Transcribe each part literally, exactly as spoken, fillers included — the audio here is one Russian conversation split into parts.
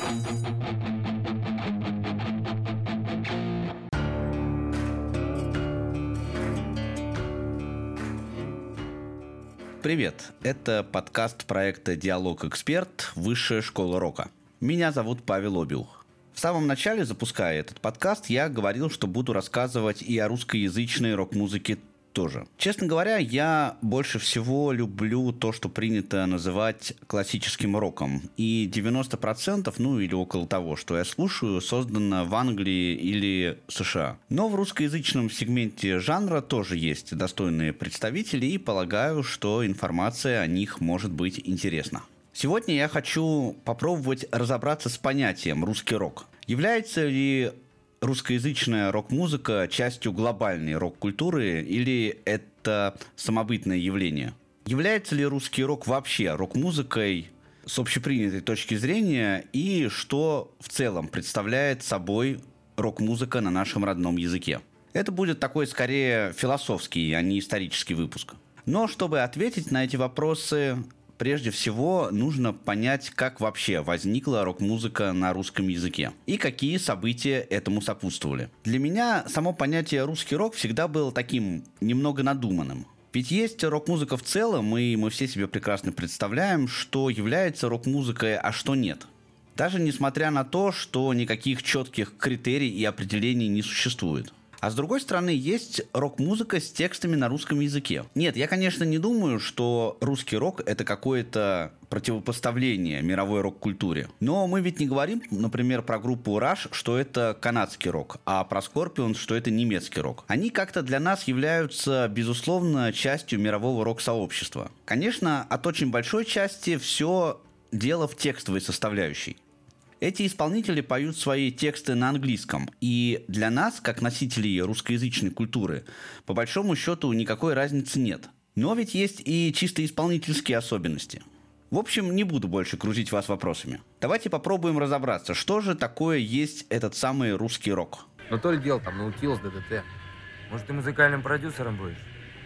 Привет, это подкаст проекта «Диалог Эксперт. Высшая школа рока». Меня зовут Павел Обиух. В самом начале, запуская этот подкаст, я говорил, что буду рассказывать и о русскоязычной рок-музыке тоже. Честно говоря, я больше всего люблю то, что принято называть классическим роком. И девяносто процентов, ну или около того, что я слушаю, создано в Англии или США. Но в русскоязычном сегменте жанра тоже есть достойные представители, и полагаю, что информация о них может быть интересна. Сегодня я хочу попробовать разобраться с понятием «русский рок». Является ли русскоязычная рок-музыка частью глобальной рок-культуры или это самобытное явление? Является ли русский рок вообще рок-музыкой с общепринятой точки зрения, и что в целом представляет собой рок-музыка на нашем родном языке? Это будет такой скорее философский, а не исторический выпуск. Но чтобы ответить на эти вопросы, прежде всего, нужно понять, как вообще возникла рок-музыка на русском языке и какие события этому сопутствовали. Для меня само понятие «русский рок» всегда было таким немного надуманным. Ведь есть рок-музыка в целом, и мы все себе прекрасно представляем, что является рок-музыкой, а что нет. Даже несмотря на то, что никаких четких критерий и определений не существует. А с другой стороны, есть рок-музыка с текстами на русском языке. Нет, я, конечно, не думаю, что русский рок – это какое-то противопоставление мировой рок-культуре. Но мы ведь не говорим, например, про группу Rush, что это канадский рок, а про Scorpions, что это немецкий рок. Они как-то для нас являются, безусловно, частью мирового рок-сообщества. Конечно, от очень большой части все дело в текстовой составляющей. Эти исполнители поют свои тексты на английском, и для нас, как носителей русскоязычной культуры, по большому счету никакой разницы нет. Но ведь есть и чисто исполнительские особенности. В общем, не буду больше кружить вас вопросами. Давайте попробуем разобраться, что же такое есть этот самый русский рок. Ну то ли дело там научилась ДДТ. Может, ты музыкальным продюсером будешь?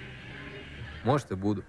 Может, и буду.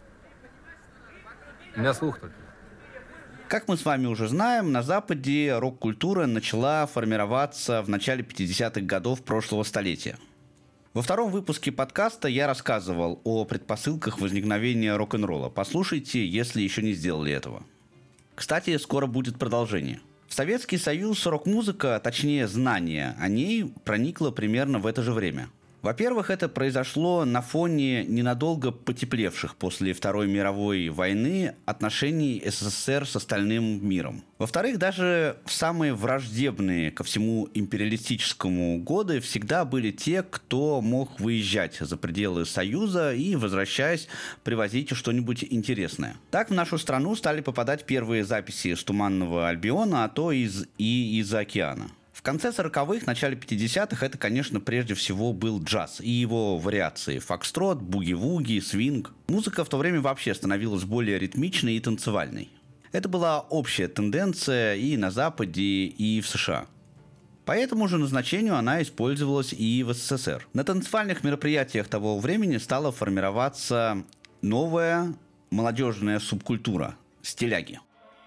У меня слух только. Как мы с вами уже знаем, на Западе рок-культура начала формироваться в начале пятидесятых годов прошлого столетия. Во втором выпуске подкаста я рассказывал о предпосылках возникновения рок-н-ролла. Послушайте, если еще не сделали этого. Кстати, скоро будет продолжение. В Советский Союз рок-музыка, точнее знание о ней, проникло примерно в это же время. Во-первых, это произошло на фоне ненадолго потеплевших после Второй мировой войны отношений СССР с остальным миром. Во-вторых, даже в самые враждебные ко всему империалистическому годы всегда были те, кто мог выезжать за пределы Союза и, возвращаясь, привозить что-нибудь интересное. Так в нашу страну стали попадать первые записи с Туманного Альбиона, а то из и из-за океана. В конце сороковых, начале пятидесятых это, конечно, прежде всего был джаз и его вариации – фокстрот, буги-вуги, свинг. Музыка в то время вообще становилась более ритмичной и танцевальной. Это была общая тенденция и на Западе, и в США. По этому же назначению она использовалась и в СССР. На танцевальных мероприятиях того времени стала формироваться новая молодежная субкультура – стиляги.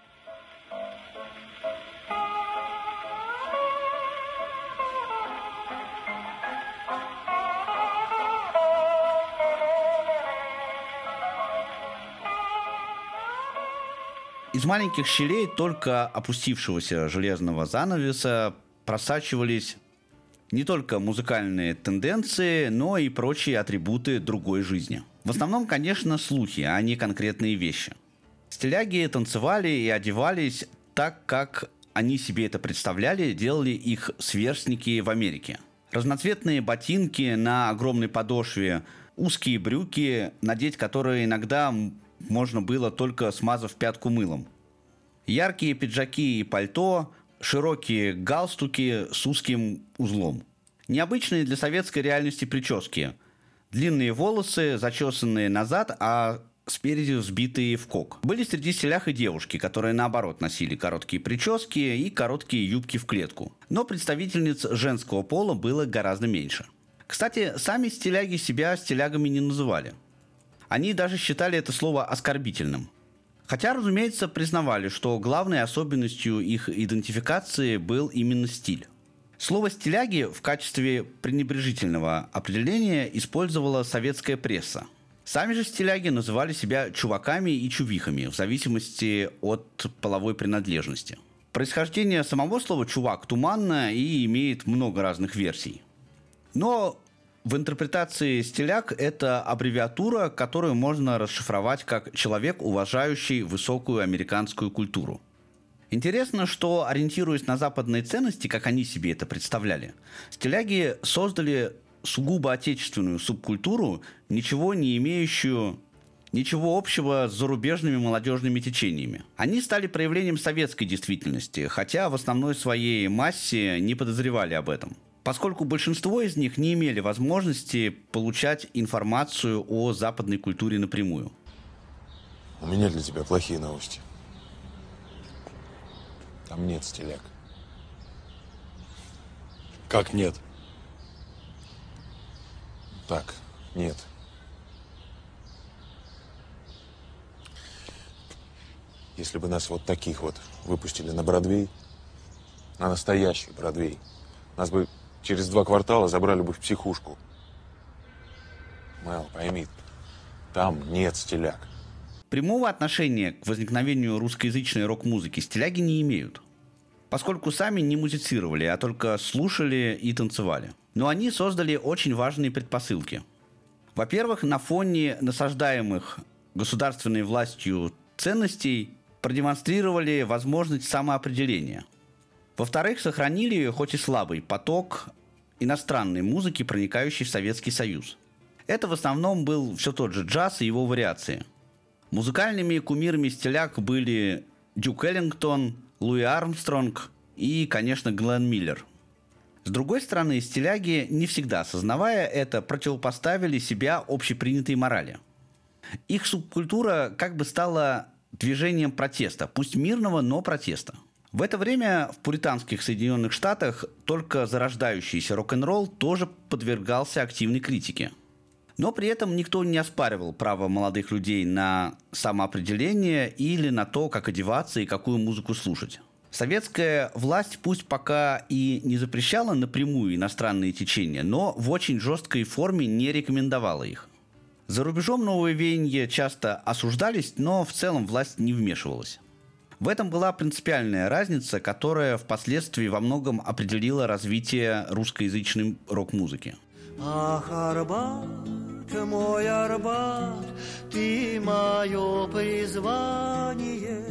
Из маленьких щелей только опустившегося железного занавеса просачивались не только музыкальные тенденции, но и прочие атрибуты другой жизни. В основном, конечно, слухи, а не конкретные вещи. Стиляги танцевали и одевались так, как они себе это представляли, делали их сверстники в Америке. Разноцветные ботинки на огромной подошве, узкие брюки, надеть которые иногда можно было, только смазав пятку мылом. Яркие пиджаки и пальто, широкие галстуки с узким узлом. Необычные для советской реальности прически. Длинные волосы, зачесанные назад, а спереди взбитые в кок. Были среди стилях и девушки, которые наоборот носили короткие прически и короткие юбки в клетку. Но представительниц женского пола было гораздо меньше. Кстати, сами стиляги себя стилягами не называли. Они даже считали это слово оскорбительным. Хотя, разумеется, признавали, что главной особенностью их идентификации был именно стиль. Слово «стиляги» в качестве пренебрежительного определения использовала советская пресса. Сами же стиляги называли себя чуваками и чувихами в зависимости от половой принадлежности. Происхождение самого слова «чувак» туманно и имеет много разных версий. Но в интерпретации стиляг это аббревиатура, которую можно расшифровать как «человек, уважающий высокую американскую культуру». Интересно, что, ориентируясь на западные ценности, как они себе это представляли, стиляги создали сугубо отечественную субкультуру, ничего не имеющую ничего общего с зарубежными молодежными течениями. Они стали проявлением советской действительности, хотя в основной своей массе не подозревали об этом, поскольку большинство из них не имели возможности получать информацию о западной культуре напрямую. У меня для тебя плохие новости. Там нет стиляг. Как нет? Так, нет. Если бы нас вот таких вот выпустили на Бродвей, на настоящий Бродвей, нас бы через два квартала забрали бы в психушку. Мэл, пойми, там нет стиляг. Прямого отношения к возникновению русскоязычной рок-музыки стиляги не имеют, поскольку сами не музицировали, а только слушали и танцевали. Но они создали очень важные предпосылки. Во-первых, на фоне насаждаемых государственной властью ценностей продемонстрировали возможность самоопределения. Во-вторых, сохранили, хоть и слабый, поток иностранной музыки, проникающей в Советский Союз. Это в основном был все тот же джаз и его вариации. Музыкальными кумирами стиляг были Дюк Эллингтон, Луи Армстронг и, конечно, Глен Миллер. С другой стороны, стиляги, не всегда осознавая это, противопоставили себя общепринятой морали. Их субкультура как бы стала движением протеста, пусть мирного, но протеста. В это время в пуританских Соединенных Штатах только зарождающийся рок-н-ролл тоже подвергался активной критике. Но при этом никто не оспаривал право молодых людей на самоопределение или на то, как одеваться и какую музыку слушать. Советская власть пусть пока и не запрещала напрямую иностранные течения, но в очень жесткой форме не рекомендовала их. За рубежом новые веяния часто осуждались, но в целом власть не вмешивалась. В этом была принципиальная разница, которая впоследствии во многом определила развитие русскоязычной рок-музыки. Ах, Арбат, мой Арбат, ты мое призвание,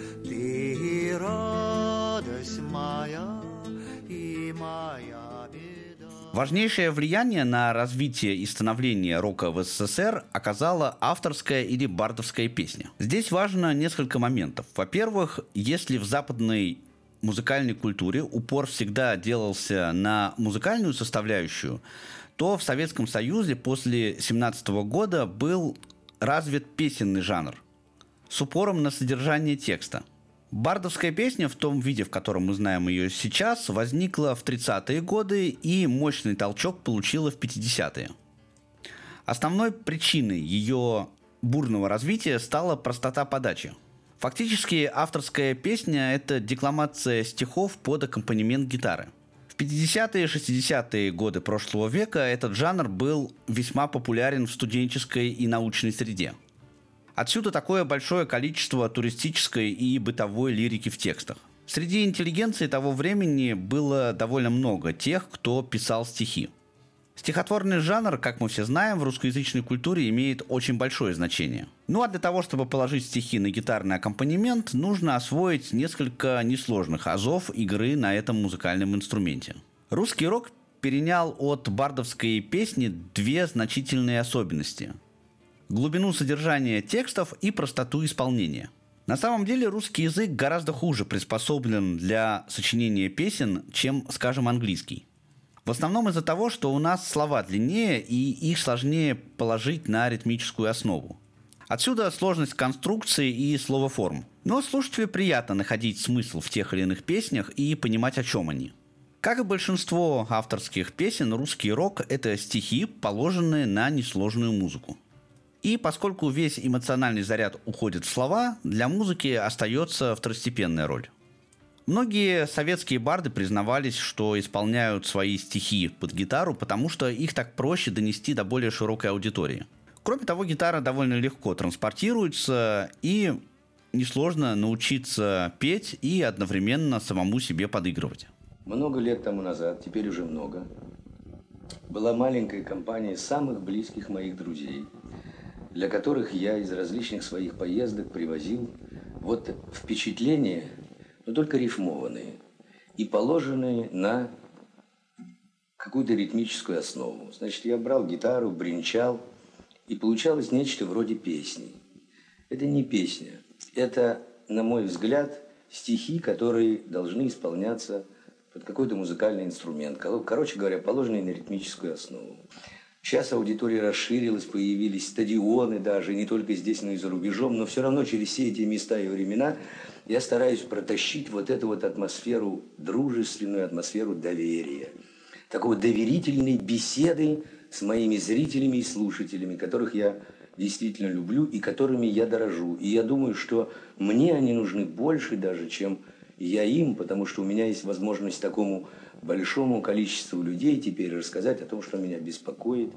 ты радость моя и моя беда. Важнейшее влияние на развитие и становление рока в СССР оказала авторская или бардовская песня. Здесь важно несколько моментов. Во-первых, если в западной музыкальной культуре упор всегда делался на музыкальную составляющую, то в Советском Союзе после семнадцатого года был развит песенный жанр с упором на содержание текста. Бардовская песня в том виде, в котором мы знаем ее сейчас, возникла в тридцатые годы и мощный толчок получила в пятидесятые. Основной причиной ее бурного развития стала простота подачи. Фактически авторская песня – это декламация стихов под аккомпанемент гитары. В пятидесятые и шестидесятые годы прошлого века этот жанр был весьма популярен в студенческой и научной среде. Отсюда такое большое количество туристической и бытовой лирики в текстах. Среди интеллигенции того времени было довольно много тех, кто писал стихи. Стихотворный жанр, как мы все знаем, в русскоязычной культуре имеет очень большое значение. Ну а для того, чтобы положить стихи на гитарный аккомпанемент, нужно освоить несколько несложных азов игры на этом музыкальном инструменте. Русский рок перенял от бардовской песни две значительные особенности – глубину содержания текстов и простоту исполнения. На самом деле русский язык гораздо хуже приспособлен для сочинения песен, чем, скажем, английский. В основном из-за того, что у нас слова длиннее и их сложнее положить на ритмическую основу. Отсюда сложность конструкции и словоформ. Но слушателю приятно находить смысл в тех или иных песнях и понимать, о чем они. Как и большинство авторских песен, русский рок – это стихи, положенные на несложную музыку. И поскольку весь эмоциональный заряд уходит в слова, для музыки остается второстепенная роль. Многие советские барды признавались, что исполняют свои стихи под гитару, потому что их так проще донести до более широкой аудитории. Кроме того, гитара довольно легко транспортируется, и несложно научиться петь и одновременно самому себе подыгрывать. Много лет тому назад, теперь уже много, была маленькая компания самых близких моих друзей, для которых я из различных своих поездок привозил вот впечатления, но только рифмованные и положенные на какую-то ритмическую основу. Значит, я брал гитару, бренчал, и получалось нечто вроде песни. Это не песня, это, на мой взгляд, стихи, которые должны исполняться под какой-то музыкальный инструмент. Короче говоря, положенные на ритмическую основу. Сейчас аудитория расширилась, появились стадионы даже, не только здесь, но и за рубежом, но все равно через все эти места и времена я стараюсь протащить вот эту вот атмосферу дружественную, атмосферу доверия. Такой доверительной беседы с моими зрителями и слушателями, которых я действительно люблю и которыми я дорожу. И я думаю, что мне они нужны больше даже, чем я им, потому что у меня есть возможность такому большому количеству людей теперь рассказать о том, что меня беспокоит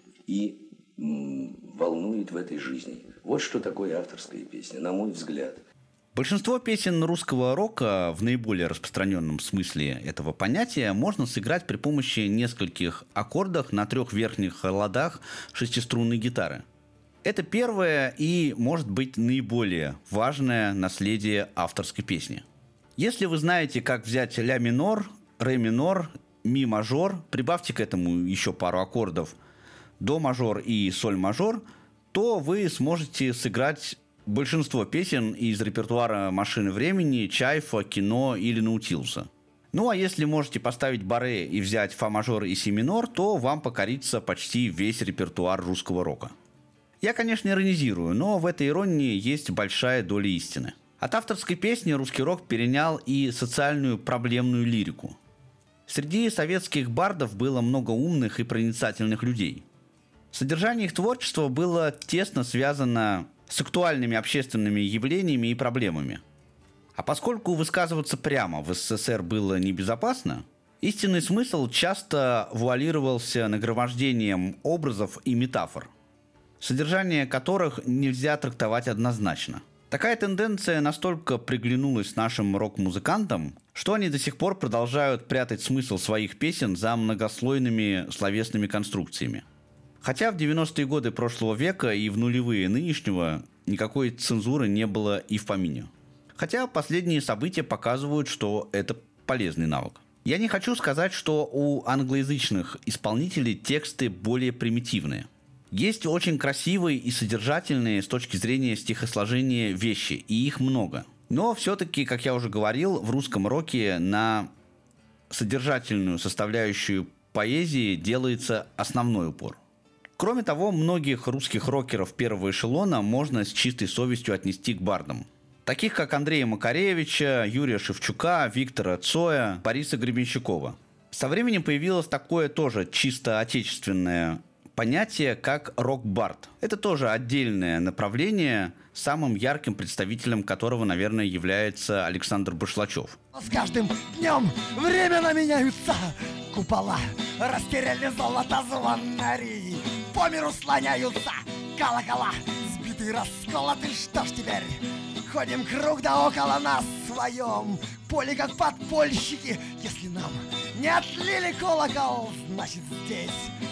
и м, волнует в этой жизни. Вот что такое авторская песня, на мой взгляд. Большинство песен русского рока в наиболее распространенном смысле этого понятия можно сыграть при помощи нескольких аккордов на трех верхних ладах шестиструнной гитары. Это первое и, может быть, наиболее важное наследие авторской песни. Если вы знаете, как взять ля минор, ре минор, ми мажор, прибавьте к этому еще пару аккордов до мажор и соль мажор, то вы сможете сыграть большинство песен из репертуара «Машины времени», «Чайфа», «Кино» или «Наутилуса». Ну а если можете поставить барре и взять фа мажор и си минор, то вам покорится почти весь репертуар русского рока. Я, конечно, иронизирую, но в этой иронии есть большая доля истины. От авторской песни русский рок перенял и социальную проблемную лирику. Среди советских бардов было много умных и проницательных людей. Содержание их творчества было тесно связано с актуальными общественными явлениями и проблемами. А поскольку высказываться прямо в СССР было небезопасно, истинный смысл часто вуалировался нагромождением образов и метафор, содержание которых нельзя трактовать однозначно. Такая тенденция настолько приглянулась нашим рок-музыкантам, что они до сих пор продолжают прятать смысл своих песен за многослойными словесными конструкциями. Хотя в девяностые годы прошлого века и в нулевые нынешнего никакой цензуры не было и в помине. Хотя последние события показывают, что это полезный навык. Я не хочу сказать, что у англоязычных исполнителей тексты более примитивные. Есть очень красивые и содержательные с точки зрения стихосложения вещи, и их много. Но все-таки, как я уже говорил, в русском роке на содержательную составляющую поэзии делается основной упор. Кроме того, многих русских рокеров первого эшелона можно с чистой совестью отнести к бардам. Таких как Андрея Макаревича, Юрия Шевчука, Виктора Цоя, Бориса Гребенщикова. Со временем появилось такое тоже чисто отечественное понятие, как рок-бард. Это тоже отдельное направление, самым ярким представителем которого, наверное, является Александр Башлачев. С каждым днем временно меняются купола, растеряли золото звонари, по миру слоняются колокола, сбиты, расколоты, что ж теперь? Ходим круг да около нас в своем поле, как подпольщики. Если нам не отлили колокол, значит здесь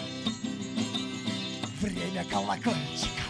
время колокольчиков.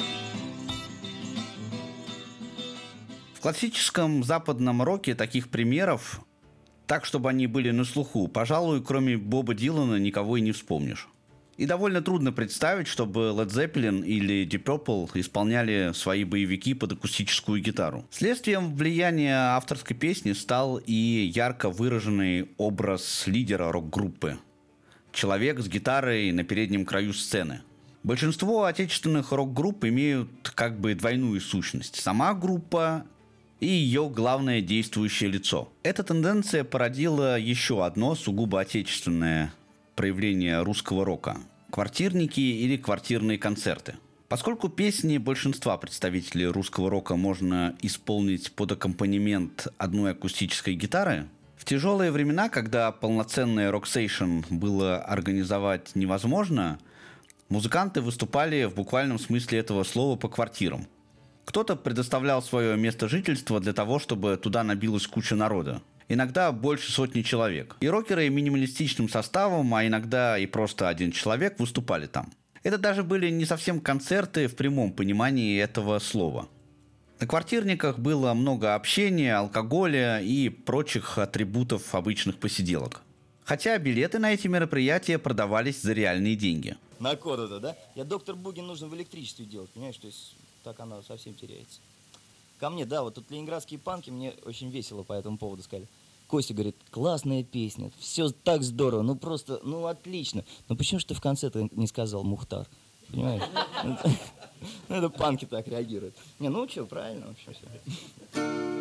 В классическом западном роке таких примеров, так чтобы они были на слуху, пожалуй, кроме Боба Дилана никого и не вспомнишь. И довольно трудно представить, чтобы Led Zeppelin или Deep Purple исполняли свои боевики под акустическую гитару. Следствием влияния авторской песни стал и ярко выраженный образ лидера рок-группы. Человек с гитарой на переднем краю сцены. Большинство отечественных рок-групп имеют как бы двойную сущность. Сама группа и ее главное действующее лицо. Эта тенденция породила еще одно сугубо отечественное проявление русского рока – квартирники или квартирные концерты. Поскольку песни большинства представителей русского рока можно исполнить под аккомпанемент одной акустической гитары, в тяжелые времена, когда полноценное рок-сейшн было организовать невозможно, музыканты выступали в буквальном смысле этого слова по квартирам. Кто-то предоставлял свое место жительства для того, чтобы туда набилась куча народа. Иногда больше сотни человек. И рокеры минималистичным составом, а иногда и просто один человек выступали там. Это даже были не совсем концерты в прямом понимании этого слова. На квартирниках было много общения, алкоголя и прочих атрибутов обычных посиделок. Хотя билеты на эти мероприятия продавались за реальные деньги. На коду-то, да? Я доктор Бугин нужно в электричестве делать, понимаешь? То есть так она совсем теряется. Ко мне, да, вот тут ленинградские панки мне очень весело по этому поводу сказали. Костя говорит, классная песня, все так здорово, ну просто, ну отлично. Но почему же ты в конце-то не сказал Мухтар? Понимаешь? Ну это панки так реагируют. Не, ну что, правильно вообще все.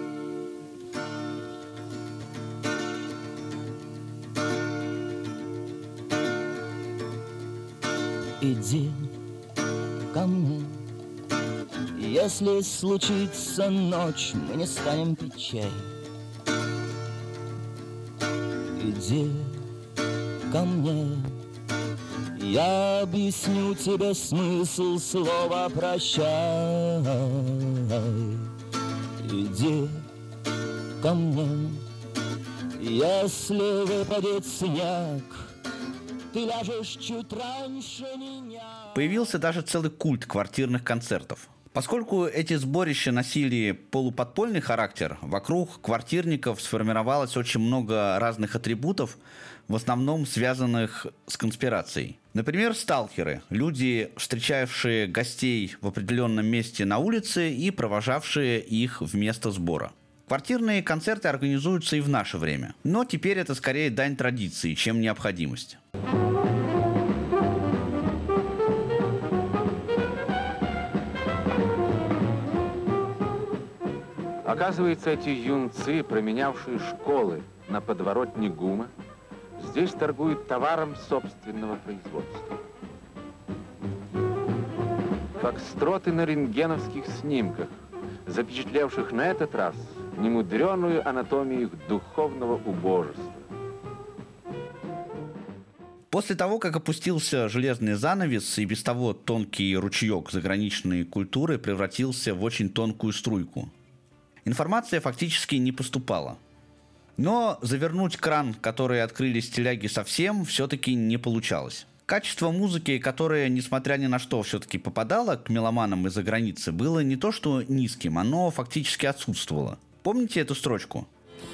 Иди ко мне, если случится ночь, мы не станем пить чай. Иди ко мне, я объясню тебе смысл слова прощай. Иди ко мне, если выпадет снег, ты ляжешь чуть раньше меня. Появился даже целый культ квартирных концертов. Поскольку эти сборища носили полуподпольный характер, вокруг квартирников сформировалось очень много разных атрибутов, в основном связанных с конспирацией. Например, сталкеры – люди, встречавшие гостей в определенном месте на улице и провожавшие их в место сбора. Квартирные концерты организуются и в наше время, но теперь это скорее дань традиции, чем необходимость. Оказывается, эти юнцы, променявшие школы на подворотни ГУМа, здесь торгуют товаром собственного производства. Фокстроты на рентгеновских снимках, запечатлевших на этот раз немудреную анатомию их духовного убожества. После того, как опустился железный занавес, и без того тонкий ручеек заграничной культуры превратился в очень тонкую струйку. Информация фактически не поступала. Но завернуть кран, который открыли стиляги, совсем все-таки не получалось. Качество музыки, которое, несмотря ни на что, все-таки попадало к меломанам из-за границы, было не то что низким, оно фактически отсутствовало. Помните эту строчку?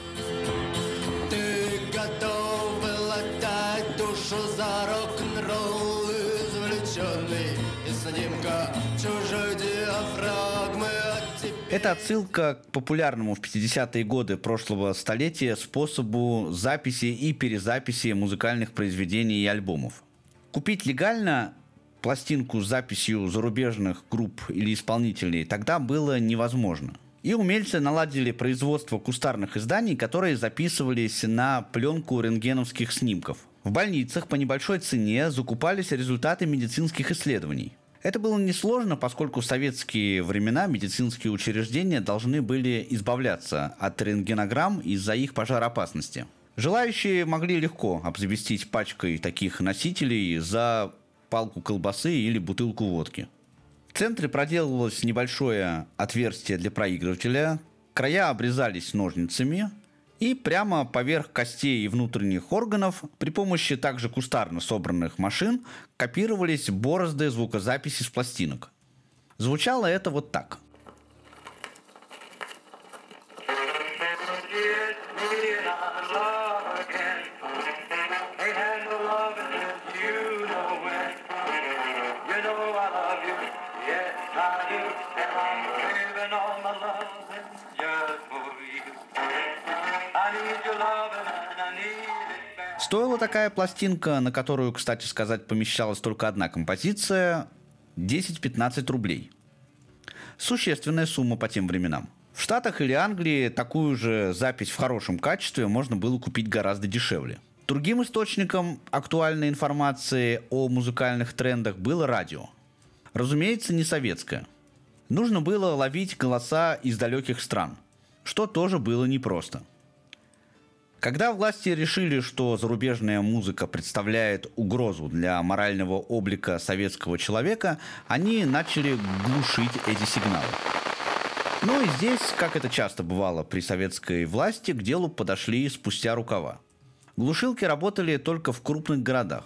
Ты готов был отдать душу за рок-н-ролл, извлеченный из снимка чужой диафрагмы. Это отсылка к популярному в пятидесятые годы прошлого столетия способу записи и перезаписи музыкальных произведений и альбомов. Купить легально пластинку с записью зарубежных групп или исполнителей тогда было невозможно. И умельцы наладили производство кустарных изданий, которые записывались на пленку рентгеновских снимков. В больницах по небольшой цене закупались результаты медицинских исследований. Это было несложно, поскольку в советские времена медицинские учреждения должны были избавляться от рентгенограмм из-за их пожароопасности. Желающие могли легко обзавестись пачкой таких носителей за палку колбасы или бутылку водки. В центре проделывалось небольшое отверстие для проигрывателя, края обрезались ножницами, и прямо поверх костей и внутренних органов при помощи также кустарно собранных машин копировались борозды звукозаписи с пластинок. Звучало это вот так. Стоила такая пластинка, на которую, кстати сказать, помещалась только одна композиция, десять-пятнадцать рублей. Существенная сумма по тем временам. В Штатах или Англии такую же запись в хорошем качестве можно было купить гораздо дешевле. Другим источником актуальной информации о музыкальных трендах было радио. Разумеется, не советская. Нужно было ловить голоса из далеких стран, что тоже было непросто. Когда власти решили, что зарубежная музыка представляет угрозу для морального облика советского человека, они начали глушить эти сигналы. Ну и здесь, как это часто бывало при советской власти, к делу подошли спустя рукава. Глушилки работали только в крупных городах.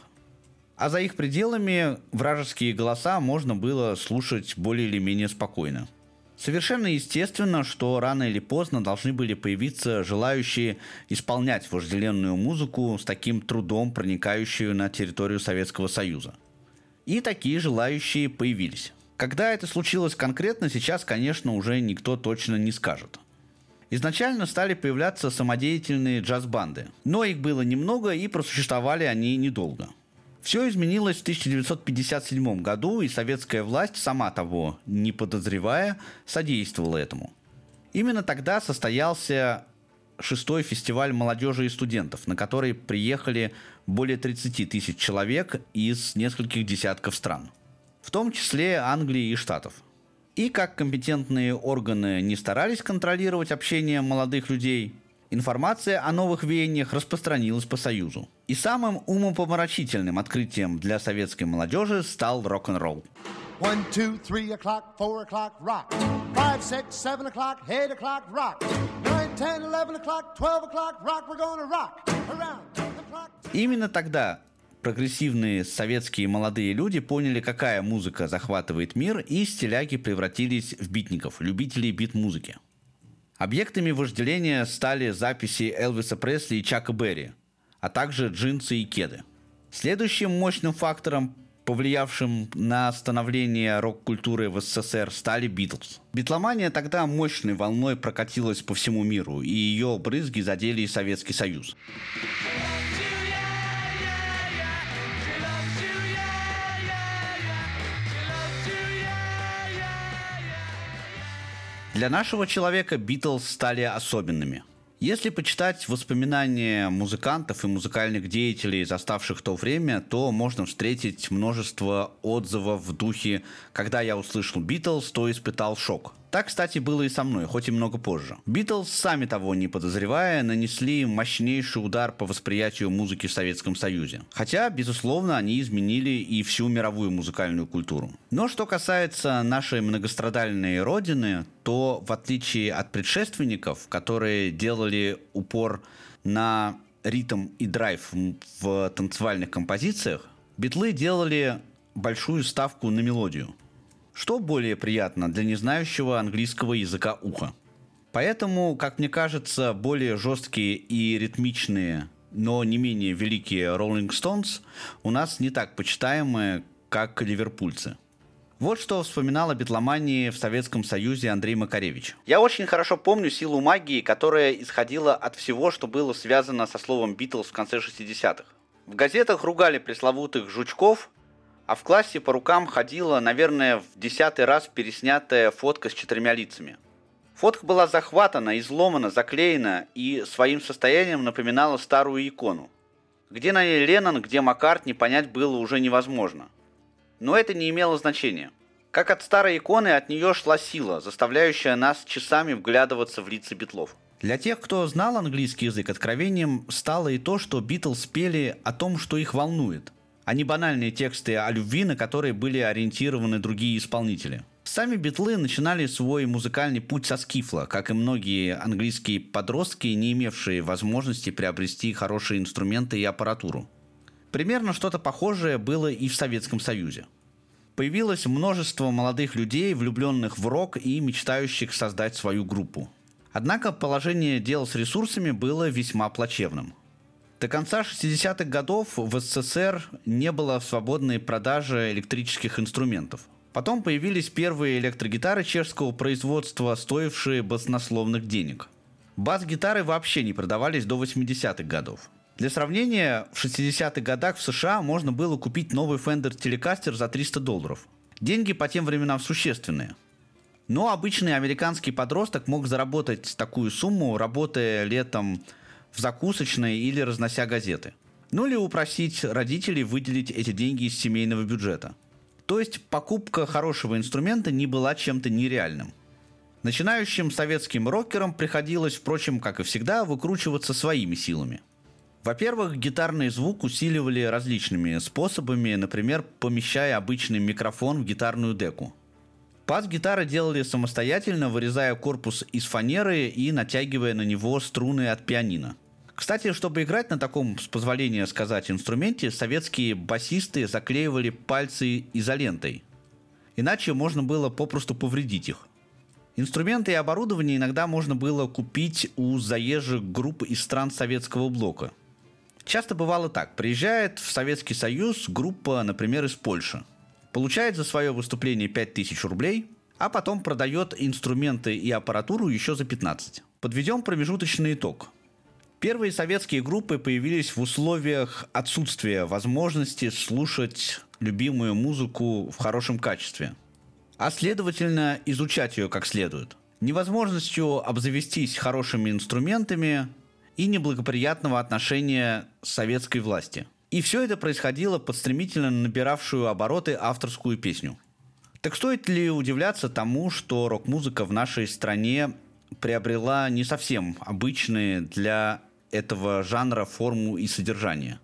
А за их пределами вражеские голоса можно было слушать более или менее спокойно. Совершенно естественно, что рано или поздно должны были появиться желающие исполнять вожделенную музыку с таким трудом, проникающую на территорию Советского Союза. И такие желающие появились. Когда это случилось конкретно, сейчас, конечно, уже никто точно не скажет. Изначально стали появляться самодеятельные джаз-банды, но их было немного и просуществовали они недолго. Все изменилось в тысяча девятьсот пятьдесят седьмом году, и советская власть, сама того не подозревая, содействовала этому. Именно тогда состоялся шестой фестиваль молодежи и студентов, на который приехали более тридцати тысяч человек из нескольких десятков стран, в том числе Англии и Штатов. И как компетентные органы не старались контролировать общение молодых людей, информация о новых веяниях распространилась по Союзу. И самым умопомрачительным открытием для советской молодежи стал рок-н-ролл. One, two, three o'clock, four o'clock, rock. Five, six, seven o'clock, eight o'clock, rock. Nine, ten, eleven o'clock, twelve o'clock, rock. We're gonna rock around the clock. Именно тогда прогрессивные советские молодые люди поняли, какая музыка захватывает мир, и стиляги превратились в битников, любителей бит-музыки. Объектами вожделения стали записи Элвиса Пресли и Чака Берри, а также джинсы и кеды. Следующим мощным фактором, повлиявшим на становление рок-культуры в СССР, стали Битлз. Битломания тогда мощной волной прокатилась по всему миру, и ее брызги задели и Советский Союз. Для нашего человека Битлз стали особенными. Если почитать воспоминания музыкантов и музыкальных деятелей, заставших то время, то можно встретить множество отзывов в духе «Когда я услышал Битлз, то испытал шок». Так, кстати, было и со мной, хоть и много позже. Битлз, сами того не подозревая, нанесли мощнейший удар по восприятию музыки в Советском Союзе. Хотя, безусловно, они изменили и всю мировую музыкальную культуру. Но что касается нашей многострадальной родины, то, в отличие от предшественников, которые делали упор на ритм и драйв в танцевальных композициях, битлы делали большую ставку на мелодию. Что более приятно для незнающего английского языка уха. Поэтому, как мне кажется, более жесткие и ритмичные, но не менее великие Rolling Stones у нас не так почитаемые, как ливерпульцы. Вот что вспоминал о битломании в Советском Союзе Андрей Макаревич. Я очень хорошо помню силу магии, которая исходила от всего, что было связано со словом «Битлз» в конце шестидесятых. В газетах ругали пресловутых жучков, а в классе по рукам ходила, наверное, в десятый раз переснятая фотка с четырьмя лицами. Фотка была захватана, изломана, заклеена и своим состоянием напоминала старую икону. Где на ней Леннон, где Маккартни, понять было уже невозможно. Но это не имело значения. Как от старой иконы, от нее шла сила, заставляющая нас часами вглядываться в лица битлов. Для тех, кто знал английский язык, откровением стало и то, что Битлз пели о том, что их волнует, а не банальные тексты о любви, на которые были ориентированы другие исполнители. Сами битлы начинали свой музыкальный путь со скифла, как и многие английские подростки, не имевшие возможности приобрести хорошие инструменты и аппаратуру. Примерно что-то похожее было и в Советском Союзе. Появилось множество молодых людей, влюбленных в рок и мечтающих создать свою группу. Однако положение дел с ресурсами было весьма плачевным. До конца шестидесятых годов в СССР не было свободной продажи электрических инструментов. Потом появились первые электрогитары чешского производства, стоившие баснословных денег. Бас-гитары вообще не продавались до восьмидесятых годов. Для сравнения, в шестидесятых годах в США можно было купить новый Fender Telecaster за триста долларов. Деньги по тем временам существенные. Но обычный американский подросток мог заработать такую сумму, работая летом в закусочной или разнося газеты. Ну или упросить родителей выделить эти деньги из семейного бюджета. То есть покупка хорошего инструмента не была чем-то нереальным. Начинающим советским рокерам приходилось, впрочем, как и всегда, выкручиваться своими силами. Во-первых, гитарный звук усиливали различными способами, например, помещая обычный микрофон в гитарную деку. Бас-гитары делали самостоятельно, вырезая корпус из фанеры и натягивая на него струны от пианино. Кстати, чтобы играть на таком, с позволения сказать, инструменте, советские басисты заклеивали пальцы изолентой. Иначе можно было попросту повредить их. Инструменты и оборудование иногда можно было купить у заезжих групп из стран Советского блока. Часто бывало так. Приезжает в Советский Союз группа, например, из Польши. Получает за свое выступление пять тысяч рублей, а потом продает инструменты и аппаратуру еще за пятнадцать. Подведем промежуточный итог. Первые советские группы появились в условиях отсутствия возможности слушать любимую музыку в хорошем качестве, а следовательно изучать ее как следует. Невозможностью обзавестись хорошими инструментами и неблагоприятного отношения советской власти. И все это происходило под стремительно набиравшую обороты авторскую песню. Так стоит ли удивляться тому, что рок-музыка в нашей стране приобрела не совсем обычные для этого жанра форму и содержание?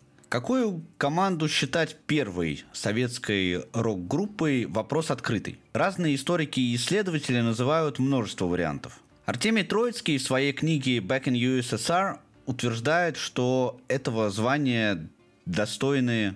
Какую команду считать первой советской рок-группой – вопрос открытый. Разные историки и исследователи называют множество вариантов. Артемий Троицкий в своей книге «Back in ю эс эс ар» утверждает, что этого звания достойны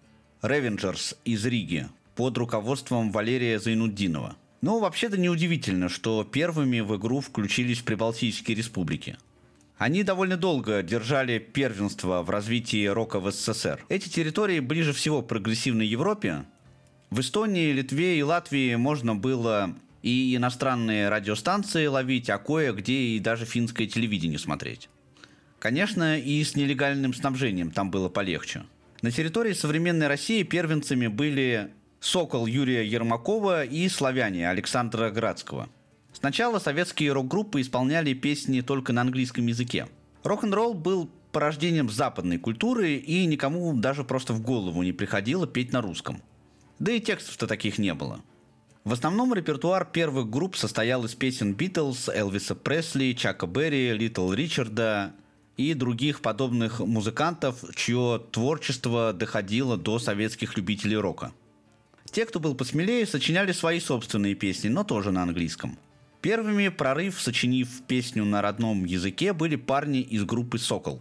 Revengers из Риги под руководством Валерия Зайнутдинова. Но вообще-то неудивительно, что первыми в игру включились прибалтийские республики. Они довольно долго держали первенство в развитии рока в эс эс эс эр. Эти территории ближе всего к прогрессивной Европе. В Эстонии, Литве и Латвии можно было и иностранные радиостанции ловить, а кое-где и даже финское телевидение смотреть. Конечно, и с нелегальным снабжением там было полегче. На территории современной России первенцами были «Сокол» Юрия Ермакова и «Славяне» Александра Градского. Сначала советские рок-группы исполняли песни только на английском языке. Рок-н-ролл был порождением западной культуры, и никому даже просто в голову не приходило петь на русском. Да и текстов-то таких не было. В основном репертуар первых групп состоял из песен Битлз, Элвиса Пресли, Чака Берри, Литл Ричарда и других подобных музыкантов, чье творчество доходило до советских любителей рока. Те, кто был посмелее, сочиняли свои собственные песни, но тоже на английском. Первыми прорыв, сочинив песню на родном языке, были парни из группы «Сокол».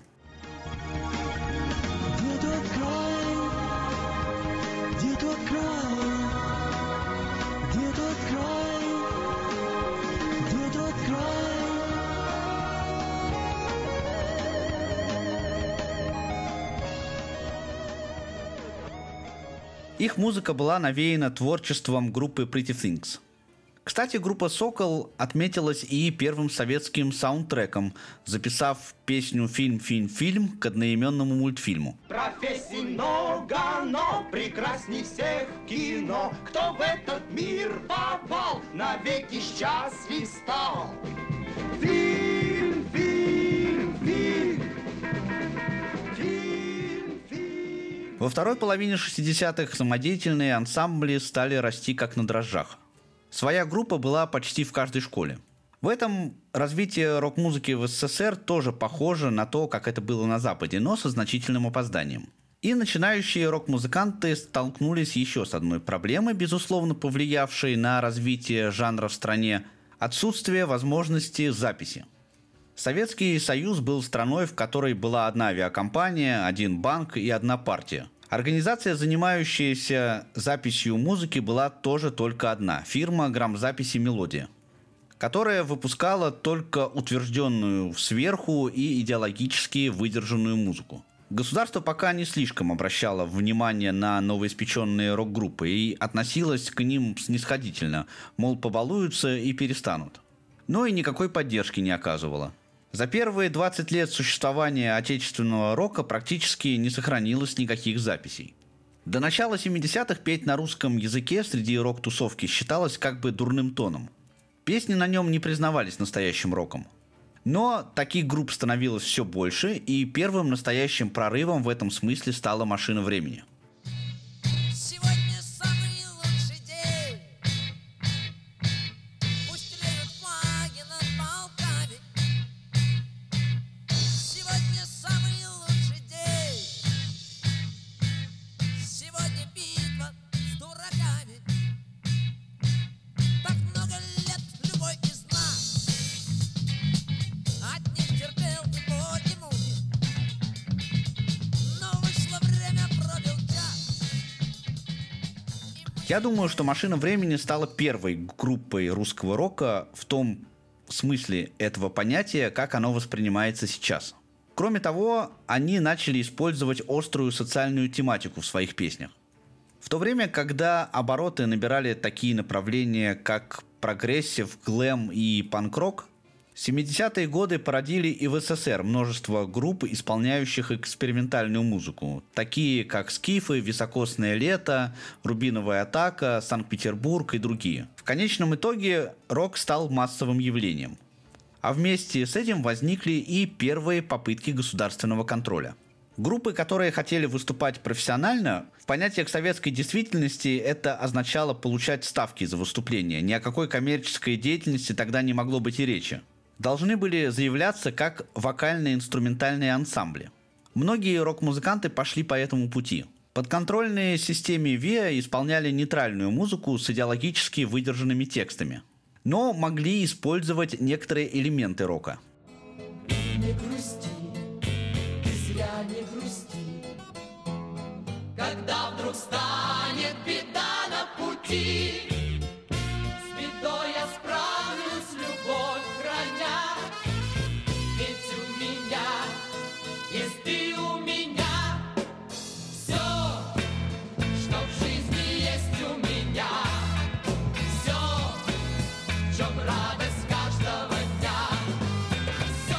Их музыка была навеяна творчеством группы Pretty Things. Кстати, группа «Сокол» отметилась и первым советским саундтреком, записав песню «Фильм, фильм, фильм» к одноименному мультфильму. Профессий много, но прекрасней всех кино. Кто в этот мир попал, навеки счастлив стал. Фильм, фильм, фильм. Во второй половине шестидесятых самодеятельные ансамбли стали расти как на дрожжах. Своя группа была почти в каждой школе. В этом развитие рок-музыки в эс эс эс эр тоже похоже на то, как это было на Западе, но со значительным опозданием. И начинающие рок-музыканты столкнулись еще с одной проблемой, безусловно повлиявшей на развитие жанра в стране – отсутствие возможности записи. Советский Союз был страной, в которой была одна авиакомпания, один банк и одна партия. Организация, занимающаяся записью музыки, была тоже только одна – фирма грамзаписи «Мелодия», которая выпускала только утвержденную сверху и идеологически выдержанную музыку. Государство пока не слишком обращало внимание на новоиспеченные рок-группы и относилось к ним снисходительно, мол, побалуются и перестанут. Но и никакой поддержки не оказывало. За первые двадцать лет существования отечественного рока практически не сохранилось никаких записей. До начала семидесятых петь на русском языке среди рок-тусовки считалось как бы дурным тоном. Песни на нем не признавались настоящим роком. Но таких групп становилось все больше, и первым настоящим прорывом в этом смысле стала «Машина времени». Сегодня самый Я думаю, что «Машина времени» стала первой группой русского рока в том смысле этого понятия, как оно воспринимается сейчас. Кроме того, они начали использовать острую социальную тематику в своих песнях. В то время, когда обороты набирали такие направления, как прогрессив, глэм и панк-рок, семидесятые годы породили и в СССР множество групп, исполняющих экспериментальную музыку, такие как «Скифы», «Високосное лето», «Рубиновая атака», «Санкт-Петербург» и другие. В конечном итоге рок стал массовым явлением. А вместе с этим возникли и первые попытки государственного контроля. Группы, которые хотели выступать профессионально, в понятиях советской действительности это означало получать ставки за выступление. Ни о какой коммерческой деятельности тогда не могло быть и речи. Должны были заявляться как вокальные инструментальные ансамбли. Многие рок-музыканты пошли по этому пути. Подконтрольные системе ВИА исполняли нейтральную музыку с идеологически выдержанными текстами, но могли использовать некоторые элементы рока. Не грусти, ты зря не грусти, когда вдруг станет беда на пути. С бедой я справлюсь, любовь храня, ведь у меня есть ты у меня. Все, что в жизни есть у меня, все, в чем радость каждого дня, все,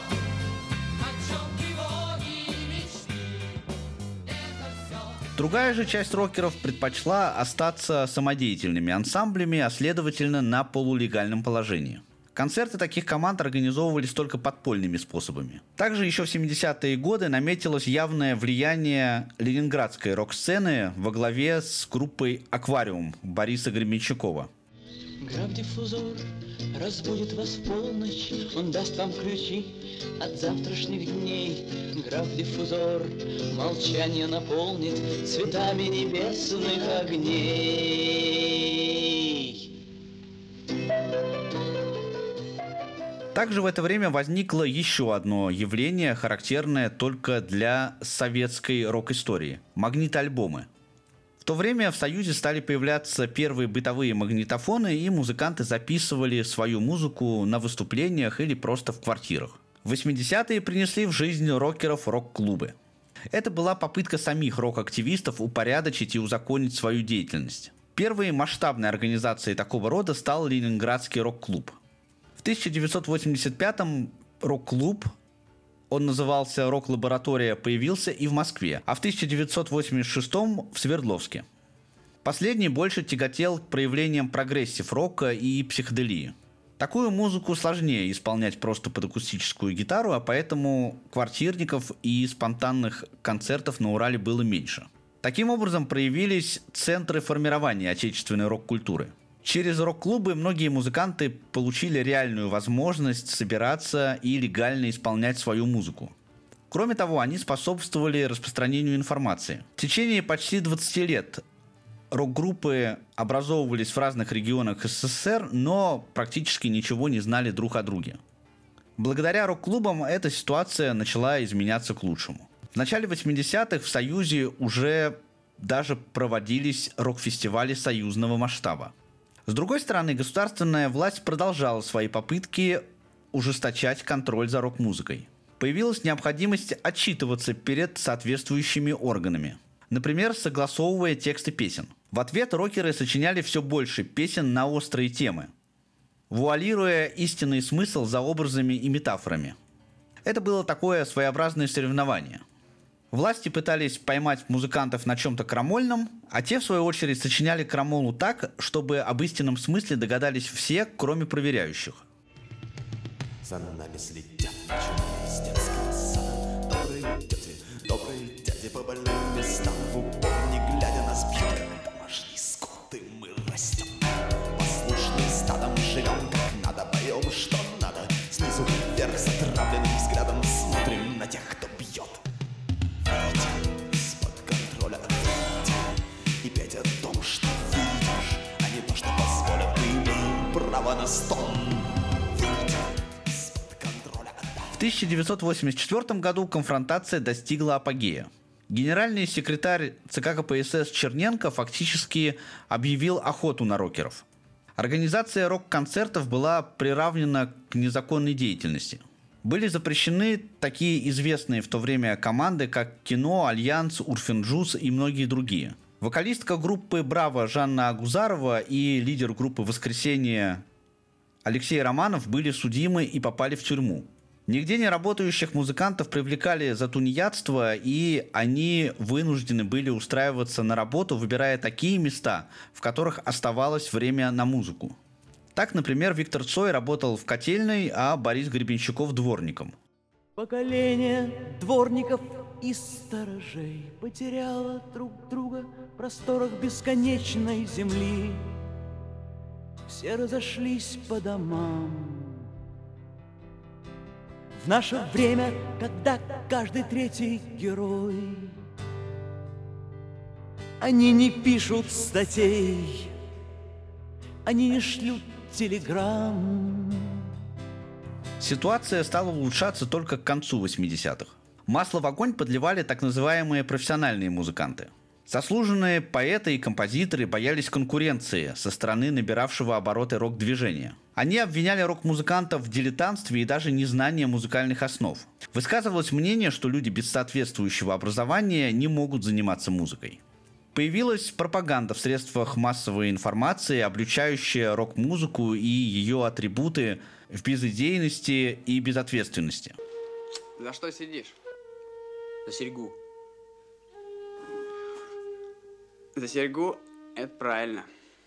о чем тревоги и мечты, это все. Другая же часть рокеров предпочла остаться самодеятельными ансамблями, а следовательно на полулегальном положении. Концерты таких команд организовывались только подпольными способами. Также еще в семидесятые годы наметилось явное влияние ленинградской рок-сцены во главе с группой «Аквариум» Бориса Гребенщикова. Граф-диффузор разбудит вас в полночь, он даст вам ключи от завтрашних дней. Граф-диффузор молчание наполнит цветами небесных огней. Также в это время возникло еще одно явление, характерное только для советской рок-истории – магнитоальбомы. В то время в Союзе стали появляться первые бытовые магнитофоны, и музыканты записывали свою музыку на выступлениях или просто в квартирах. В восьмидесятые принесли в жизнь рокеров рок-клубы. Это была попытка самих рок-активистов упорядочить и узаконить свою деятельность. Первой масштабной организацией такого рода стал Ленинградский рок-клуб. В тысяча девятьсот восемьдесят пятом рок-клуб, он назывался «Рок-лаборатория», появился и в Москве, а в тысяча девятьсот восемьдесят шестом в Свердловске. Последний больше тяготел к проявлениям прогрессив-рока и психоделии. Такую музыку сложнее исполнять просто под акустическую гитару, а поэтому квартирников и спонтанных концертов на Урале было меньше. Таким образом проявились центры формирования отечественной рок-культуры. Через рок-клубы многие музыканты получили реальную возможность собираться и легально исполнять свою музыку. Кроме того, они способствовали распространению информации. В течение почти двадцати лет рок-группы образовывались в разных регионах СССР, но практически ничего не знали друг о друге. Благодаря рок-клубам эта ситуация начала изменяться к лучшему. В начале восьмидесятых в Союзе уже даже проводились рок-фестивали союзного масштаба. С другой стороны, государственная власть продолжала свои попытки ужесточать контроль за рок-музыкой. Появилась необходимость отчитываться перед соответствующими органами. Например, согласовывая тексты песен. В ответ рокеры сочиняли все больше песен на острые темы, вуалируя истинный смысл за образами и метафорами. Это было такое своеобразное соревнование. Власти пытались поймать музыкантов на чем-то крамольном, а те, в свою очередь, сочиняли крамолу так, чтобы об истинном смысле догадались все, кроме проверяющих. За нами следят ученые из детского сада. Добрые тети, добрые дяди по больным местам. В упор не глядя нас бьют, как домашний скот, и мы растем. Послушным стадом живем, как надо, поем, что надо. Снизу вверх затравленным взглядом смотрим на тех, кто бьет. Выйди из-под контроля, выйди и петь о том, что видишь, а не то, что позволят. Мы имеем право на стон. В тысяча девятьсот восемьдесят четвёртом году конфронтация достигла апогея. Генеральный секретарь ЦК КПСС Черненко фактически объявил охоту на рокеров. Организация рок-концертов была приравнена к незаконной деятельности. Были запрещены такие известные в то время команды, как «Кино», «Альянс», «Урфин-Джуз» и многие другие. Вокалистка группы «Браво» Жанна Агузарова и лидер группы «Воскресенье» Алексей Романов были судимы и попали в тюрьму. Нигде не работающих музыкантов привлекали за тунеядство, и они вынуждены были устраиваться на работу, выбирая такие места, в которых оставалось время на музыку. Так, например, Виктор Цой работал в котельной, а Борис Гребенщиков – дворником. Поколение дворников и сторожей потеряло друг друга в просторах бесконечной земли. Все разошлись по домам. В наше время, когда каждый третий герой, они не пишут статей, они не шлют телеграмм. Ситуация стала улучшаться только к концу восьмидесятых. Масло в огонь подливали так называемые профессиональные музыканты. Заслуженные поэты и композиторы боялись конкуренции со стороны набиравшего обороты рок-движения. Они обвиняли рок-музыкантов в дилетантстве и даже незнании музыкальных основ. Высказывалось мнение, что люди без соответствующего образования не могут заниматься музыкой. Появилась пропаганда в средствах массовой информации, обличающая рок-музыку и ее атрибуты в безыдейности и безответственности. За что сидишь? За серьгу. За серьгу – это правильно.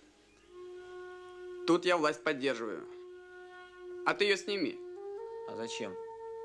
Тут я власть поддерживаю. А ты ее сними. А зачем?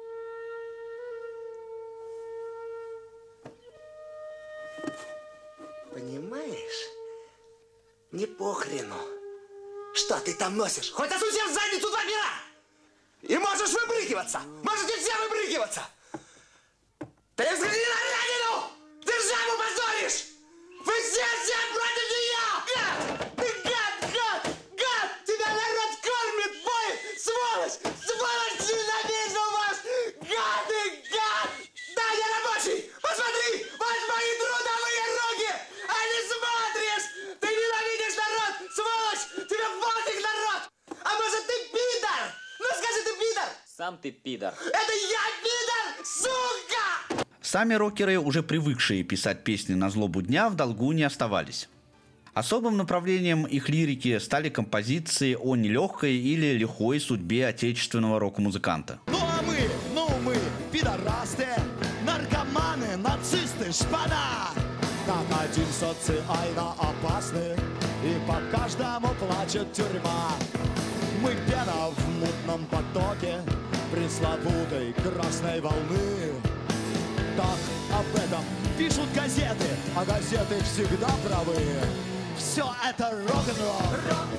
Понимаешь? Не похрену. Что ты там носишь? Хоть осуси в задницу два пера! И можешь выбрыкиваться! Можете все выбрыкиваться! Ты взгляни на Радину! Державу позоришь! Вы все, все против нее! Гад! Ты гад, гад, гад! Тебя народ кормит, поет! Сволочь! Сволочь! Ненавижу вас! Гады, гад! Да, я рабочий! Посмотри! Вот мои трудовые руки! А не смотришь! Ты ненавидишь народ! Сволочь! Тебе пофиг народ! А может ты пидор? Ну скажи, ты пидор! Сам ты пидор. Это я пидор, сука! Сами рокеры, уже привыкшие писать песни на злобу дня, в долгу не оставались. Особым направлением их лирики стали композиции о нелегкой или лихой судьбе отечественного рок-музыканта. Ну а мы, ну мы, пидорасты, наркоманы, нацисты, шпана. Как один социально опасны, и по каждому плачет тюрьма. Мы пена в мутном потоке пресловутой красной волны. Так об этом пишут газеты, а газеты всегда правы. Все это рок-н-ролл.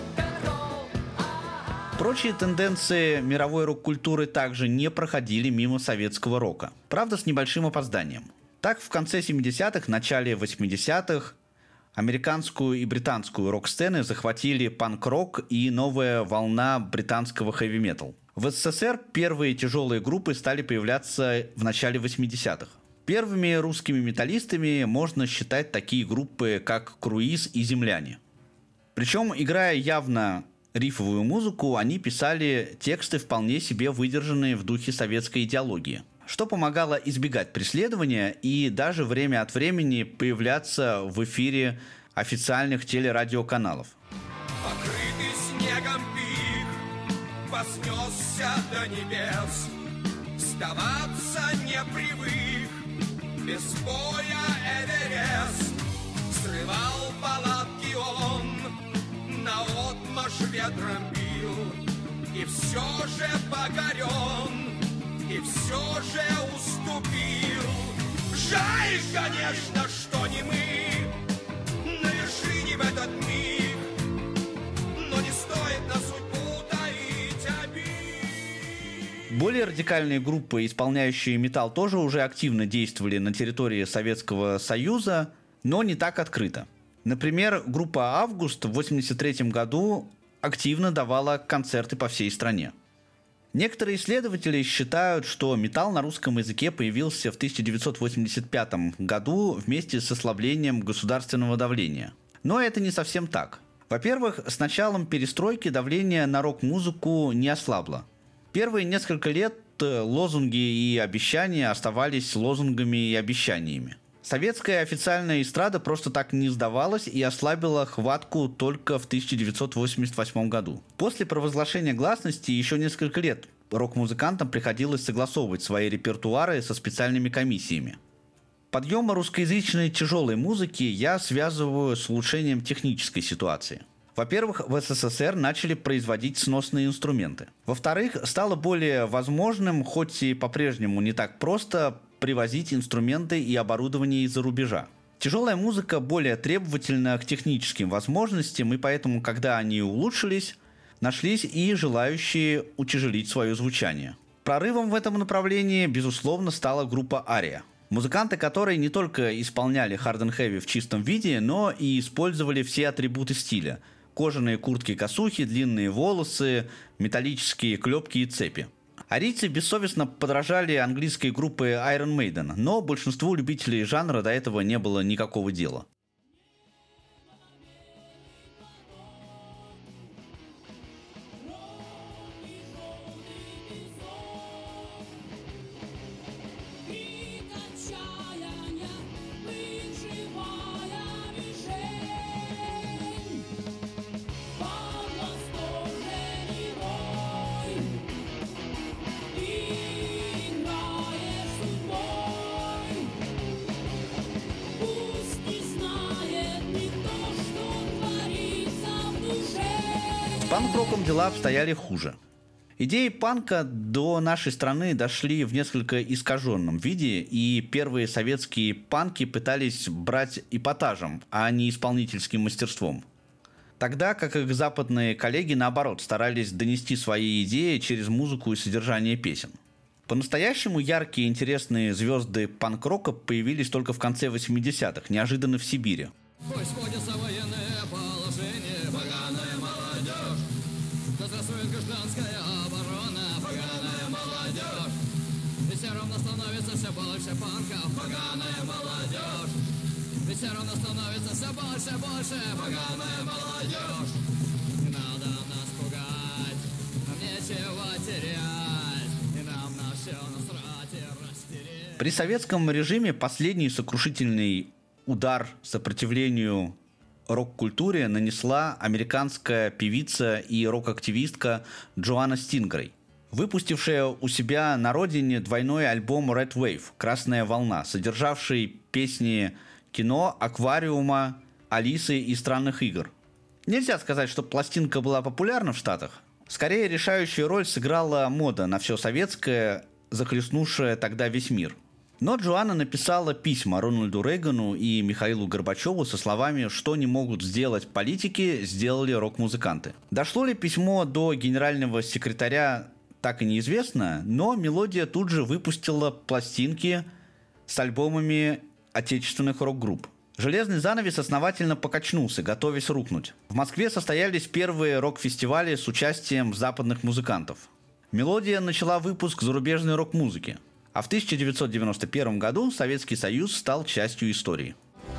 Прочие тенденции мировой рок-культуры также не проходили мимо советского рока. Правда, с небольшим опозданием. Так, в конце семидесятых, начале восьмидесятых американскую и британскую рок-сцены захватили панк-рок и новая волна британского хэви-метал. В СССР первые тяжелые группы стали появляться в начале восьмидесятых. Первыми русскими металлистами можно считать такие группы, как «Круиз» и «Земляне». Причем, играя явно рифовую музыку, они писали тексты, вполне себе выдержанные в духе советской идеологии, что помогало избегать преследования и даже время от времени появляться в эфире официальных телерадиоканалов. Покрытый снегом пик вознесся до небес, сдаваться не привык, без боя Эверест. Срывал палатки он, наотмашь ветром бил, и все же покорен, и все же уступил. Жаль, конечно, что не мы на вершине в этот миг, но не стоит на судьбу таить обид. Более радикальные группы, исполняющие металл, тоже уже активно действовали на территории Советского Союза, но не так открыто. Например, группа «Август» в восемьдесят третьем году активно давала концерты по всей стране. Некоторые исследователи считают, что металл на русском языке появился в тысяча девятьсот восемьдесят пятом году вместе с ослаблением государственного давления. Но это не совсем так. Во-первых, с началом перестройки давление на рок-музыку не ослабло. Первые несколько лет лозунги и обещания оставались лозунгами и обещаниями. Советская официальная эстрада просто так не сдавалась и ослабила хватку только в тысяча девятьсот восемьдесят восьмом году. После провозглашения гласности еще несколько лет рок-музыкантам приходилось согласовывать свои репертуары со специальными комиссиями. Подъем русскоязычной тяжелой музыки я связываю с улучшением технической ситуации. Во-первых, в СССР начали производить сносные инструменты. Во-вторых, стало более возможным, хоть и по-прежнему не так просто, привозить инструменты и оборудование из-за рубежа. Тяжелая музыка более требовательна к техническим возможностям, и поэтому, когда они улучшились, нашлись и желающие утяжелить свое звучание. Прорывом в этом направлении, безусловно, стала группа «Ария». Музыканты, которые не только исполняли Hard and Heavy в чистом виде, но и использовали все атрибуты стиля – кожаные куртки-косухи, длинные волосы, металлические клепки и цепи. Арийцы бессовестно подражали английской группе Iron Maiden, но большинству любителей жанра до этого не было никакого дела. С панк-роком дела обстояли хуже. Идеи панка до нашей страны дошли в несколько искаженном виде, и первые советские панки пытались брать эпатажем, а не исполнительским мастерством. Тогда как их западные коллеги, наоборот, старались донести свои идеи через музыку и содержание песен. По-настоящему яркие и интересные звезды панк-рока появились только в конце восьмидесятых, неожиданно в Сибири. Пусть вводится военное положение, поганая молодежь. Возрастает гражданская оборона, поганая молодежь. И все равно становится все больше панков, поганая молодежь. И все равно становится все больше, больше, поганая молодежь. Не надо нас пугать, нам нечего терять. И нам на все насрать и растереть. При советском режиме последний сокрушительный удар сопротивлению рок-культуре нанесла американская певица и рок-активистка Джоанна Стингрей, выпустившая у себя на родине двойной альбом Red Wave «Красная волна», содержавший песни кино, аквариума, Алисы и странных игр. Нельзя сказать, что пластинка была популярна в Штатах. Скорее, решающую роль сыграла мода на все советское, захлестнувшая тогда весь мир. Но Джоанна написала письма Рональду Рейгану и Михаилу Горбачеву со словами, что не могут сделать политики, сделали рок-музыканты. Дошло ли письмо до генерального секретаря, так и неизвестно, но «Мелодия» тут же выпустила пластинки с альбомами отечественных рок-групп. Железный занавес основательно покачнулся, готовясь рухнуть. В Москве состоялись первые рок-фестивали с участием западных музыкантов. «Мелодия» начала выпуск зарубежной рок-музыки. А в тысяча девятьсот девяносто первом году Советский Союз стал частью истории.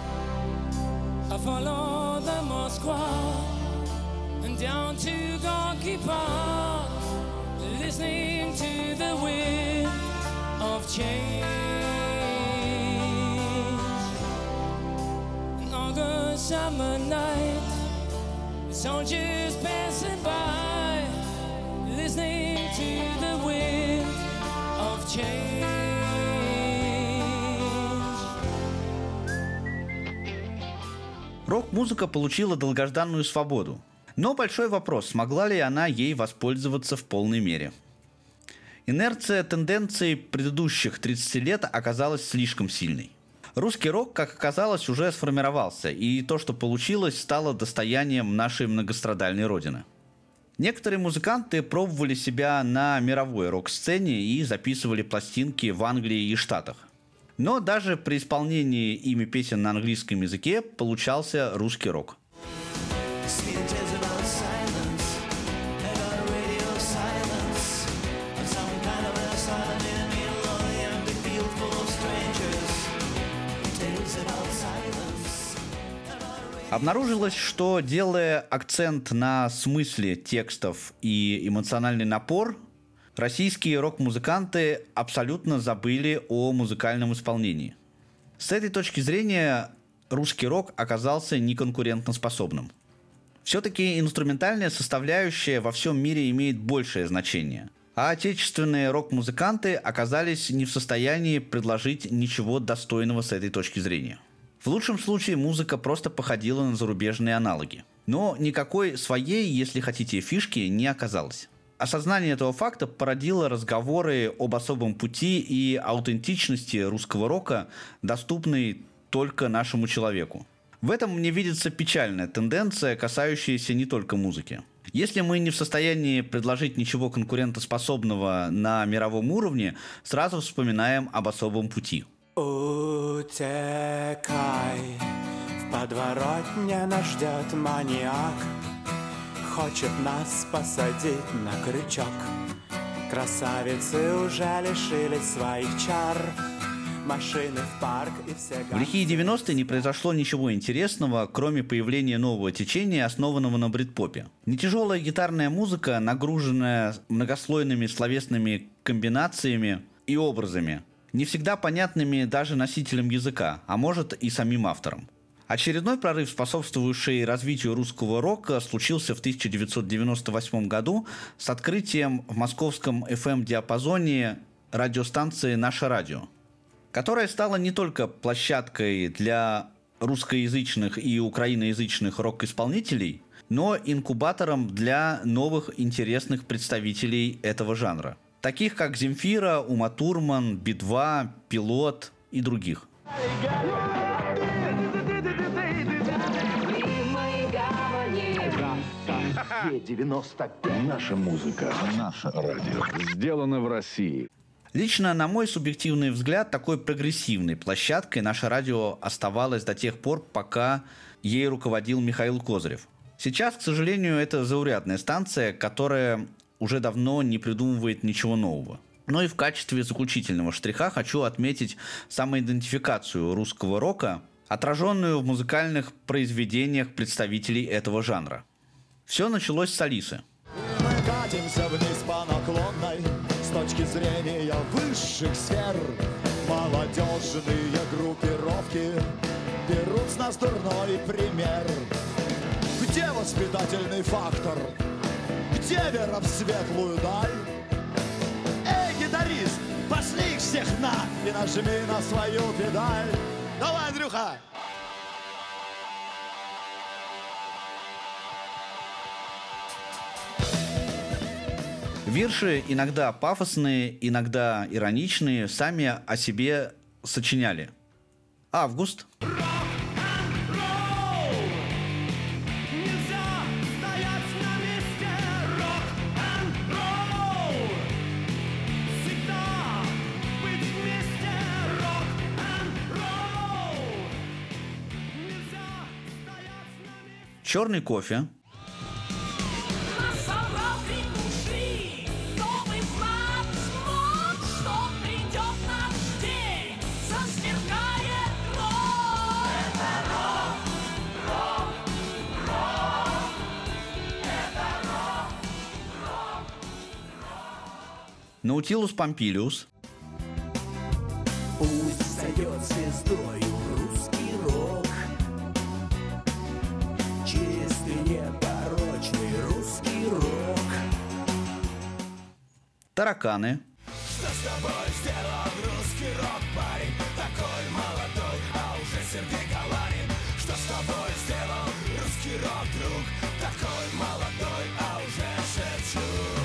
Рок-музыка получила долгожданную свободу. Но большой вопрос, смогла ли она ей воспользоваться в полной мере. Инерция тенденций предыдущих тридцати лет оказалась слишком сильной. Русский рок, как оказалось, уже сформировался, и то, что получилось, стало достоянием нашей многострадальной родины. Некоторые музыканты пробовали себя на мировой рок-сцене и записывали пластинки в Англии и Штатах. Но даже при исполнении ими песен на английском языке получался русский рок. Обнаружилось, что, делая акцент на смысле текстов и эмоциональный напор, российские рок-музыканты абсолютно забыли о музыкальном исполнении. С этой точки зрения русский рок оказался неконкурентоспособным. Все-таки инструментальная составляющая во всем мире имеет большее значение, а отечественные рок-музыканты оказались не в состоянии предложить ничего достойного с этой точки зрения. В лучшем случае музыка просто походила на зарубежные аналоги. Но никакой своей, если хотите, фишки не оказалось. Осознание этого факта породило разговоры об особом пути и аутентичности русского рока, доступной только нашему человеку. В этом мне видится печальная тенденция, касающаяся не только музыки. Если мы не в состоянии предложить ничего конкурентоспособного на мировом уровне, сразу вспоминаем об особом пути. Утекай, в подворотне нас ждет маньяк, хочет нас посадить на крючок. Красавицы уже лишились своих чар, машины в парк и все... В лихие девяностые не произошло ничего интересного, кроме появления нового течения, основанного на брит-попе. Нетяжелая гитарная музыка, нагруженная многослойными словесными комбинациями и образами, не всегда понятными даже носителям языка, а может и самим авторам. Очередной прорыв, способствовавший развитию русского рока, случился в тысяча девятьсот девяносто восьмом году с открытием в московском эф эм-диапазоне радиостанции «Наше радио», которая стала не только площадкой для русскоязычных и украиноязычных рок-исполнителей, но инкубатором для новых интересных представителей этого жанра, таких как Земфира, Ума Турман, Би два, Пилот и других. девяносто пять. Наша музыка, наше радио. Сделано в России. Лично, на мой субъективный взгляд, такой прогрессивной площадкой наше радио оставалось до тех пор, пока ей руководил Михаил Козырев. Сейчас, к сожалению, это заурядная станция, которая уже давно не придумывает ничего нового. Но и в качестве заключительного штриха хочу отметить самоидентификацию русского рока, отраженную в музыкальных произведениях представителей этого жанра. Все началось с Алисы. Мы катимся вниз по наклонной с точки зрения высших сфер. Молодежные группировки берут с нас дурной пример. Где воспитательный фактор? Где вера в светлую даль? Эй, гитарист, пошли их всех на и нажми на свою педаль. Давай, Андрюха! Вирши, иногда пафосные, иногда ироничные, сами о себе сочиняли. Август. Черный кофе. Наутилус Помпилиус. Пусть сойдет звездою русский рок, чистый, непорочный русский рок. Тараканы. Что с тобой сделал русский рок, парень? Такой молодой, а уже Сергей Галанин. Что с тобой сделал русский рок, друг? Такой молодой, а уже Шевчук.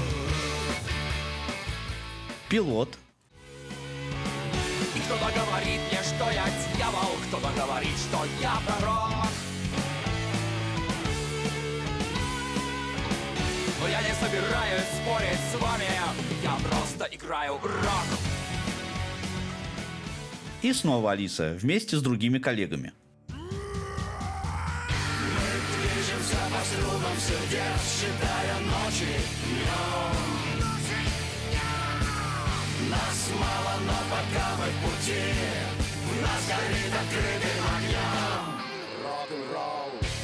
Пилот. И кто-то говорит мне, что я дьявол, кто-то говорит, что я пророк. Но я не собираюсь спорить с вами, я просто играю рок. И снова Алиса, вместе с другими коллегами. Мы движемся по струнам сердец, считая ночи днем. Нас мало, но пока мы в пути, в нас горит открытым огнем. Рок-н-ролл,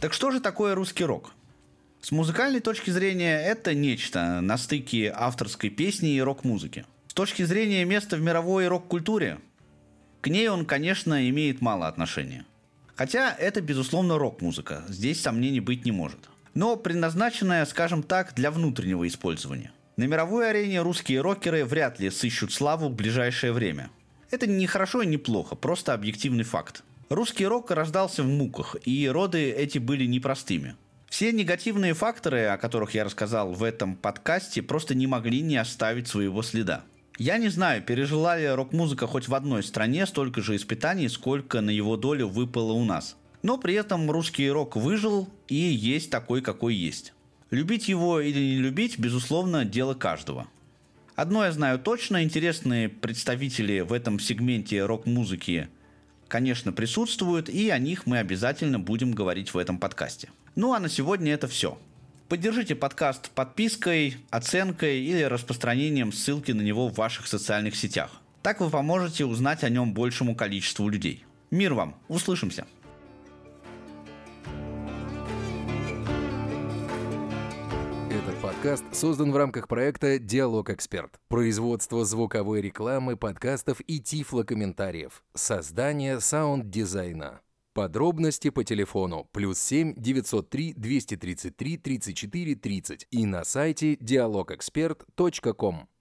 Так что же такое русский рок? С музыкальной точки зрения это нечто на стыке авторской песни и рок-музыки. С точки зрения места в мировой рок-культуре, к ней он, конечно, имеет мало отношения. Хотя это, безусловно, рок-музыка, здесь сомнений быть не может. Но предназначенная, скажем так, для внутреннего использования. На мировой арене русские рокеры вряд ли сыщут славу в ближайшее время. Это не хорошо и не плохо, просто объективный факт. Русский рок рождался в муках, и роды эти были непростыми. Все негативные факторы, о которых я рассказал в этом подкасте, просто не могли не оставить своего следа. Я не знаю, пережила ли рок-музыка хоть в одной стране столько же испытаний, сколько на его долю выпало у нас. Но при этом русский рок выжил и есть такой, какой есть. Любить его или не любить, безусловно, дело каждого. Одно я знаю точно, интересные представители в этом сегменте рок-музыки, конечно, присутствуют, и о них мы обязательно будем говорить в этом подкасте. Ну а на сегодня это все. Поддержите подкаст подпиской, оценкой или распространением ссылки на него в ваших социальных сетях. Так вы поможете узнать о нем большему количеству людей. Мир вам! Услышимся! Этот подкаст создан в рамках проекта «Диалог Эксперт». Производство звуковой рекламы, подкастов и тифлокомментариев. Создание саунд-дизайна. Подробности по телефону плюс семь девятьсот три двести тридцать три тридцать четыре тридцать и на сайте диалог эксперт точка ком.